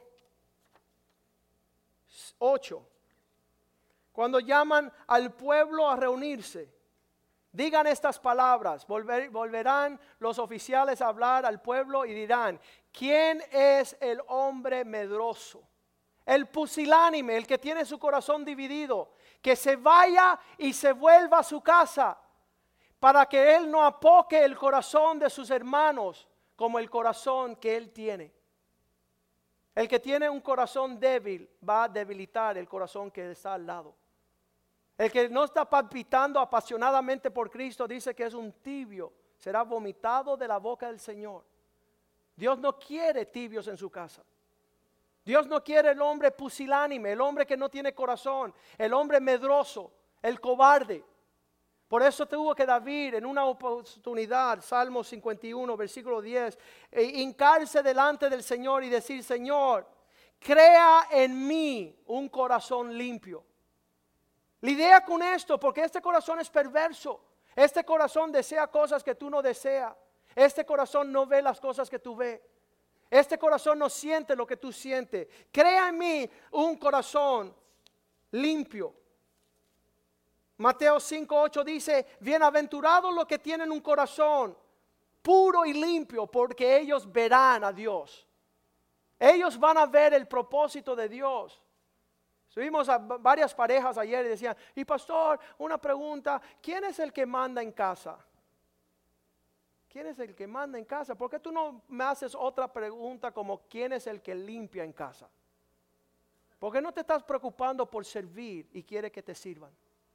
[SPEAKER 2] 8. Cuando llaman al pueblo a reunirse, digan estas palabras, volverán los oficiales a hablar al pueblo y dirán, ¿quién es el hombre medroso? El pusilánime, el que tiene su corazón dividido, que se vaya y se vuelva a su casa, para que él no apoque el corazón de sus hermanos como el corazón que él tiene. El que tiene un corazón débil va a debilitar el corazón que está al lado. El que no está palpitando apasionadamente por Cristo dice que es un tibio, será vomitado de la boca del Señor. Dios no quiere tibios en su casa. Dios no quiere el hombre pusilánime, el hombre que no tiene corazón, el hombre medroso, el cobarde. Por eso tuvo que David en una oportunidad, Salmo 51, versículo 10, hincarse delante del Señor y decir, Señor, crea en mí un corazón limpio. Lidia con esto, porque este corazón es perverso. Este corazón desea cosas que tú no deseas. Este corazón no ve las cosas que tú ves. Este corazón no siente lo que tú sientes. Crea en mí un corazón limpio. Mateo 5:8 dice, bienaventurados los que tienen un corazón puro y limpio, porque ellos verán a Dios. Ellos van a ver el propósito de Dios. Tuvimos a varias parejas ayer y decían, y pastor, una pregunta, ¿quién es el que manda en casa? ¿Quién es el que manda en casa? ¿Por qué tú no me haces otra pregunta como quién es el que limpia en casa? ¿Por qué no te estás preocupando por servir y quieres que te sirvan?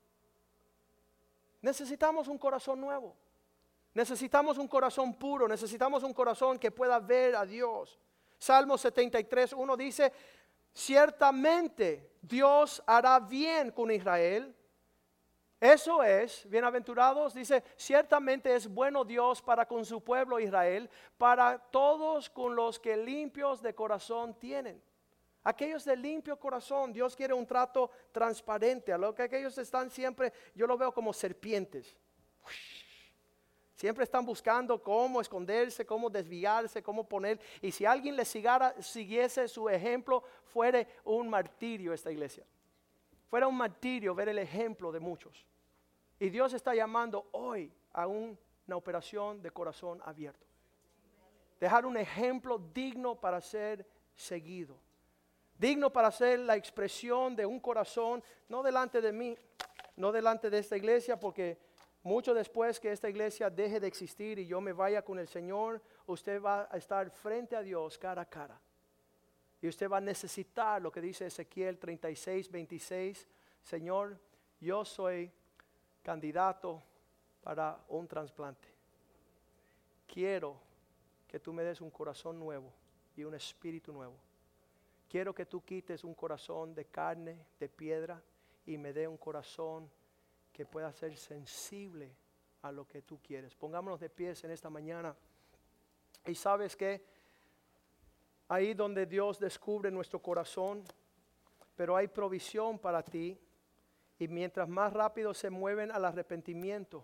[SPEAKER 2] Necesitamos un corazón nuevo. Necesitamos un corazón puro. Necesitamos un corazón que pueda ver a Dios. Salmo 73:1 dice, ciertamente Dios hará bien con Israel. Eso es, bienaventurados, dice, ciertamente es bueno Dios para con su pueblo Israel, para todos con los que limpios de corazón tienen. Aquellos de limpio corazón, Dios quiere un trato transparente. A lo que aquellos están siempre, yo lo veo como serpientes. Siempre están buscando cómo esconderse, cómo desviarse, cómo poner. Y si alguien le siguiese su ejemplo, fuera un martirio esta iglesia. Fuera un martirio ver el ejemplo de muchos. Y Dios está llamando hoy a una operación de corazón abierto. Dejar un ejemplo digno para ser seguido. Digno para ser la expresión de un corazón, no delante de mí, no delante de esta iglesia, porque mucho después que esta iglesia deje de existir y yo me vaya con el Señor, usted va a estar frente a Dios cara a cara. Y usted va a necesitar lo que dice Ezequiel 36:26, Señor, yo soy candidato para un trasplante. Quiero que tú me des un corazón nuevo y un espíritu nuevo. Quiero que tú quites un corazón de carne, de piedra, y me dé un corazón que pueda ser sensible a lo que tú quieres. Pongámonos de pies en esta mañana. Y sabes que ahí donde Dios descubre nuestro corazón, pero hay provisión para ti. Y mientras más rápido se mueven al arrepentimiento,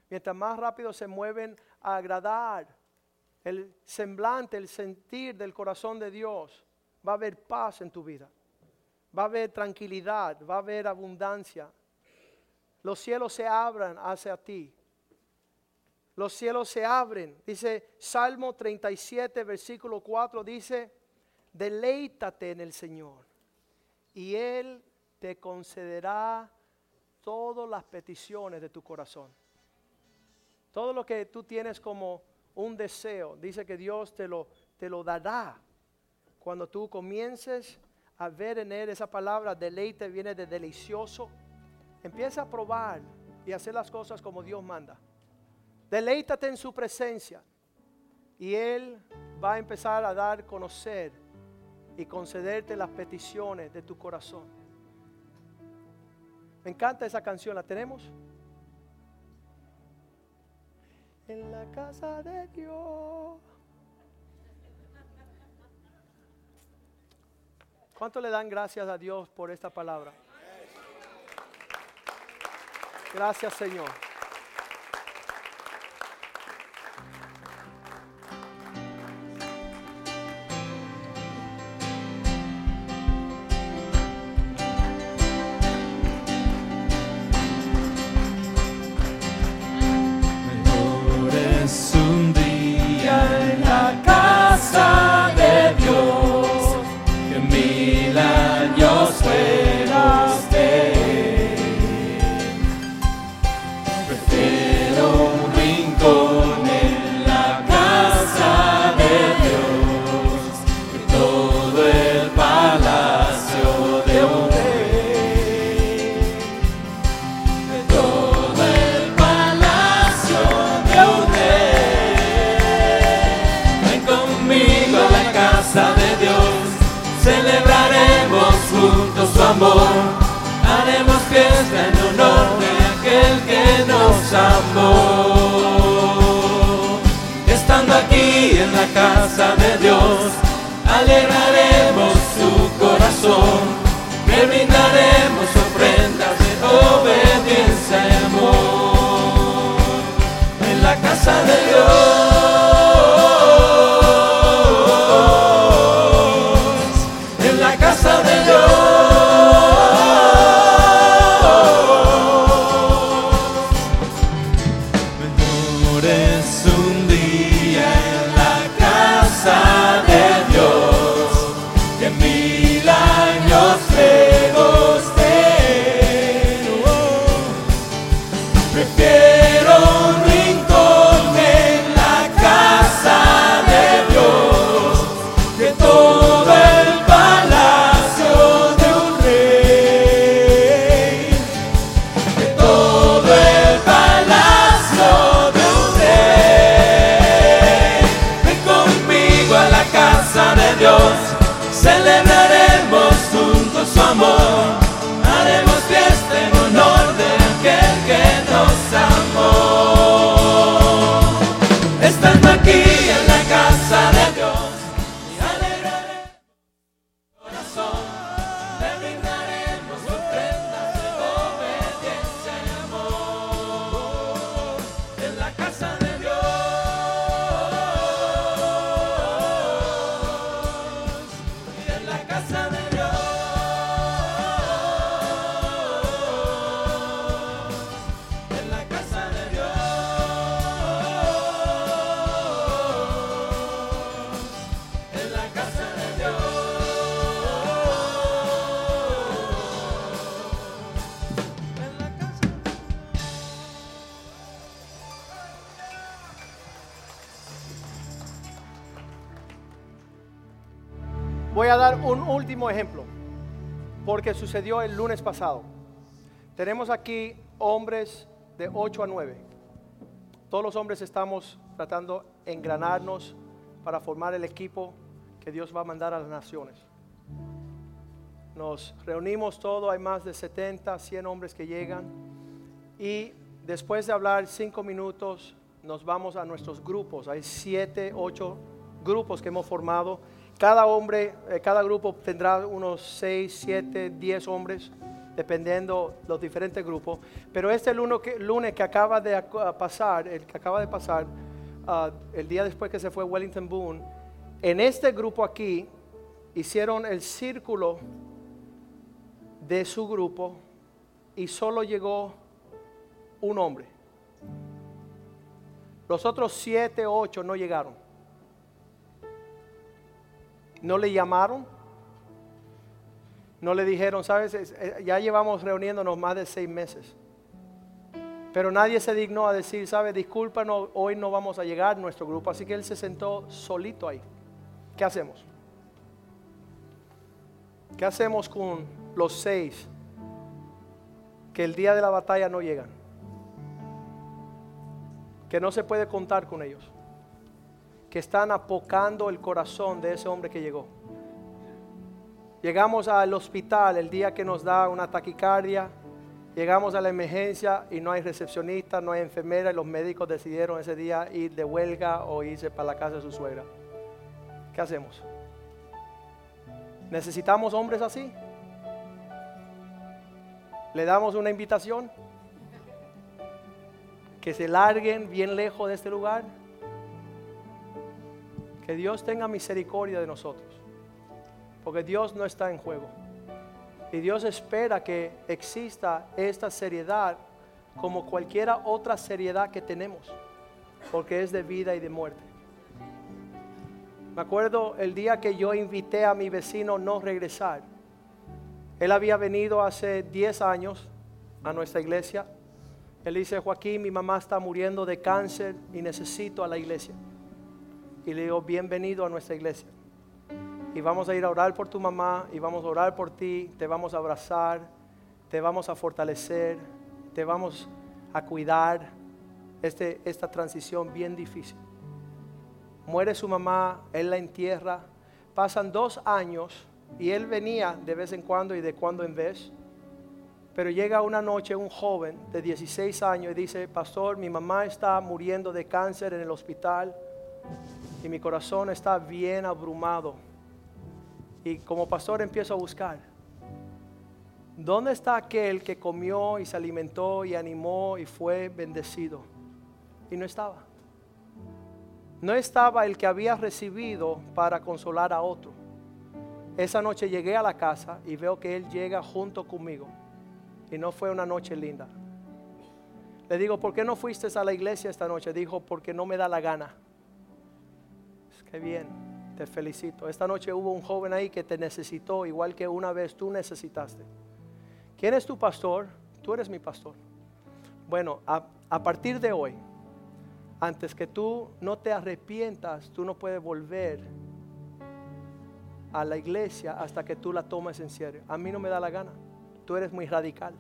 [SPEAKER 2] mientras más rápido se mueven a agradar el semblante, el sentir del corazón de Dios, va a haber paz en tu vida. Va a haber tranquilidad, va a haber abundancia. Los cielos se abran hacia ti. Los cielos se abren. Dice Salmo 37, versículo 4, dice, deleítate en el Señor y Él te concederá todas las peticiones de tu corazón. Todo lo que tú tienes como un deseo, dice que Dios te lo dará. Cuando tú comiences a ver en Él, esa palabra deleite viene de delicioso. Empieza a probar y hacer las cosas como Dios manda. Deleítate en su presencia y Él va a empezar a dar conocer y concederte las peticiones de tu corazón. Me encanta esa canción, ¿la tenemos? En la casa de Dios. ¿Cuánto le dan gracias a Dios por esta palabra? Gracias, Señor.
[SPEAKER 3] Mejor es un día en la casa de Dios que 1000 años fueros de Él. Prefiero un rincón en la casa de Dios que todo el palacio de un rey. Que todo el palacio de un rey. Ven conmigo a la casa de Dios, celebraremos juntos su amor, haremos fiesta en honor de aquel que nos amó. Estando aquí en la casa de Dios, alegraremos su corazón, le brindaremos ofrendas de obediencia y amor. En la casa de Dios, en la casa de Dios. Mejor es un día en la casa de Dios que 1000 años lejos de Él. Prefiero un rincón en la casa de Dios que todo el palacio de un rey. Que todo el palacio de un rey. Ven conmigo a la casa de Dios, celebraremos juntos su amor, haremos fiesta en honor de aquel que nos amó. Estando aquí en la casa de Dios, y alegraremos el corazón, le brindaremos ofrendas de obediencia y amor. En la casa de Dios, y en la casa de Dios, en la casa de Dios, en la casa de Dios, en la casa de Dios.
[SPEAKER 2] Voy a dar un último ejemplo, porque sucedió el lunes pasado. Tenemos aquí hombres de 8 a 9. Todos los hombres estamos tratando de engranarnos para formar el equipo que Dios va a mandar a las naciones. Nos reunimos todos, hay más de 70, 100 hombres que llegan. Y después de hablar 5 minutos, nos vamos a nuestros grupos. Hay 7, 8 grupos que hemos formado. Cada hombre, cada grupo tendrá unos 6, 7, 10 hombres. dependiendo los diferentes grupos. Pero este lunes que acaba de pasar, el día después que se fue Wellington Boone, en este grupo aquí hicieron el círculo de su grupo y solo llegó un hombre. Los otros 7, 8 no llegaron. No le llamaron. No le dijeron, sabes, ya llevamos reuniéndonos más de 6 meses. Pero nadie se dignó a decir, sabes, discúlpanos, hoy no vamos a llegar a nuestro grupo. Así que él se sentó solito ahí. ¿Qué hacemos? ¿Qué hacemos con los 6 que el día de la batalla no llegan? Que no se puede contar con ellos. Que están apocando el corazón de ese hombre que llegó. Llegamos al hospital el día que nos da una taquicardia. Llegamos a la emergencia y no hay recepcionista, no hay enfermera y los médicos decidieron ese día ir de huelga o irse para la casa de su suegra. ¿Qué hacemos? ¿Necesitamos hombres así? ¿Le damos una invitación? Que se larguen bien lejos de este lugar. Que Dios tenga misericordia de nosotros. Porque Dios no está en juego. Y Dios espera que exista esta seriedad como cualquier otra seriedad que tenemos. Porque es de vida y de muerte. Me acuerdo el día que yo invité a mi vecino no regresar. Él había venido hace 10 años a nuestra iglesia. Él dice, Joaquín, mi mamá está muriendo de cáncer y necesito a la iglesia. Y le digo, bienvenido a nuestra iglesia. Y vamos a ir a orar por tu mamá y vamos a orar por ti. Te vamos a abrazar, te vamos a fortalecer, te vamos a cuidar. Esta transición bien difícil. Muere su mamá, él la entierra. Pasan 2 años y él venía de vez en cuando y de cuando en vez. Pero llega una noche un joven de 16 años y dice, pastor, mi mamá está muriendo de cáncer en el hospital y mi corazón está bien abrumado. Y como pastor empiezo a buscar, ¿dónde está aquel que comió y se alimentó y animó y fue bendecido? Y no estaba. No estaba el que había recibido para consolar a otro. Esa noche llegué a la casa y veo que él llega junto conmigo. Y no fue una noche linda. Le digo, ¿por qué no fuiste a la iglesia esta noche? Dijo, porque no me da la gana. Qué bien, te felicito. Esta noche hubo un joven ahí que te necesitó, igual que una vez tú necesitaste. ¿Quién es tu pastor? Tú eres mi pastor. Bueno, a partir de hoy, antes que tú no te arrepientas, tú no puedes volver a la iglesia hasta que tú la tomes en serio. A mí no me da la gana. Tú eres muy radical.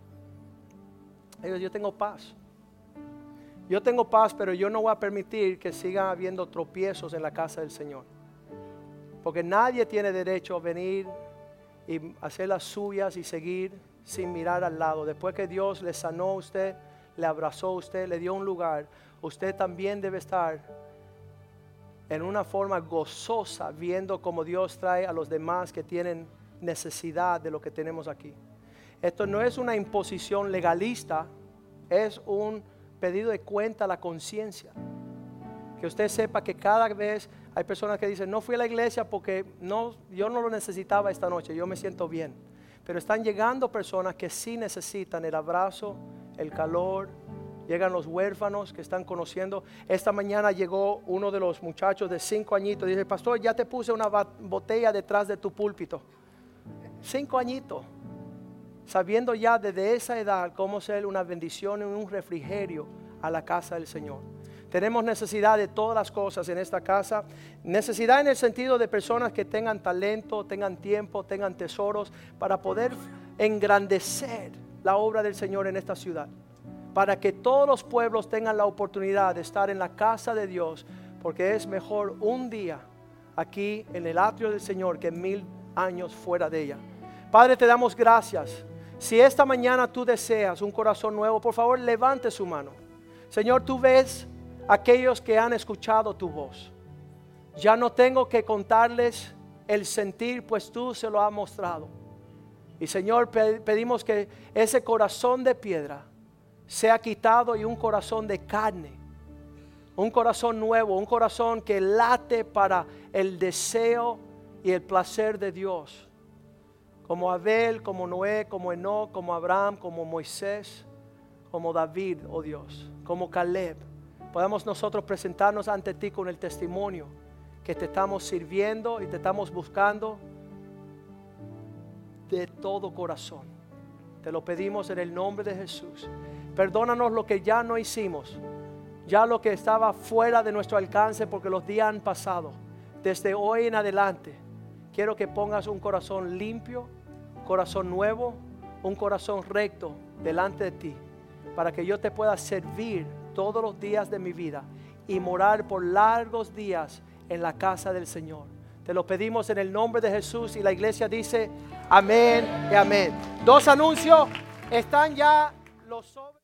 [SPEAKER 2] Yo tengo paz. Yo tengo paz, pero yo no voy a permitir que siga habiendo tropiezos en la casa del Señor. Porque nadie tiene derecho a venir y hacer las suyas y seguir sin mirar al lado. Después que Dios le sanó a usted, le abrazó a usted, le dio un lugar, usted también debe estar en una forma gozosa viendo cómo Dios trae a los demás que tienen necesidad de lo que tenemos aquí. Esto no es una imposición legalista, es un pedido de cuenta a la conciencia. Que usted sepa que cada vez hay personas que dicen, no fui a la iglesia porque yo no lo necesitaba esta noche, yo me siento bien. Pero están llegando personas que sí necesitan el abrazo, el calor. Llegan los huérfanos que están conociendo. Esta mañana llegó uno de los muchachos de 5 añitos. Dice, pastor, ya te puse una botella detrás de tu púlpito. 5 añitos. Sabiendo ya desde esa edad cómo ser una bendición y un refrigerio a la casa del Señor. Tenemos necesidad de todas las cosas en esta casa. Necesidad en el sentido de personas que tengan talento, tengan tiempo, tengan tesoros para poder engrandecer la obra del Señor en esta ciudad. Para que todos los pueblos tengan la oportunidad de estar en la casa de Dios. Porque es mejor un día aquí en el atrio del Señor que 1000 años fuera de ella. Padre, te damos gracias. Si esta mañana tú deseas un corazón nuevo, por favor levante su mano. Señor, tú ves aquellos que han escuchado tu voz. Ya no tengo que contarles el sentir, pues tú se lo has mostrado. Y Señor, pedimos que ese corazón de piedra sea quitado y un corazón de carne, un corazón nuevo, un corazón que late para el deseo y el placer de Dios, como Abel, como Noé, como Enoc, como Abraham, como Moisés, como David, oh Dios, como Caleb. Podamos nosotros presentarnos ante ti con el testimonio que te estamos sirviendo y te estamos buscando de todo corazón. Te lo pedimos en el nombre de Jesús. Perdónanos lo que ya no hicimos, ya lo que estaba fuera de nuestro alcance, porque los días han pasado. Desde hoy en adelante quiero que pongas un corazón limpio, un corazón nuevo, un corazón recto delante de ti, para que yo te pueda servir todos los días de mi vida y morar por largos días en la casa del Señor. Te lo pedimos en el nombre de Jesús, y la iglesia dice amén y amén. 2 anuncios. Están ya los sobres.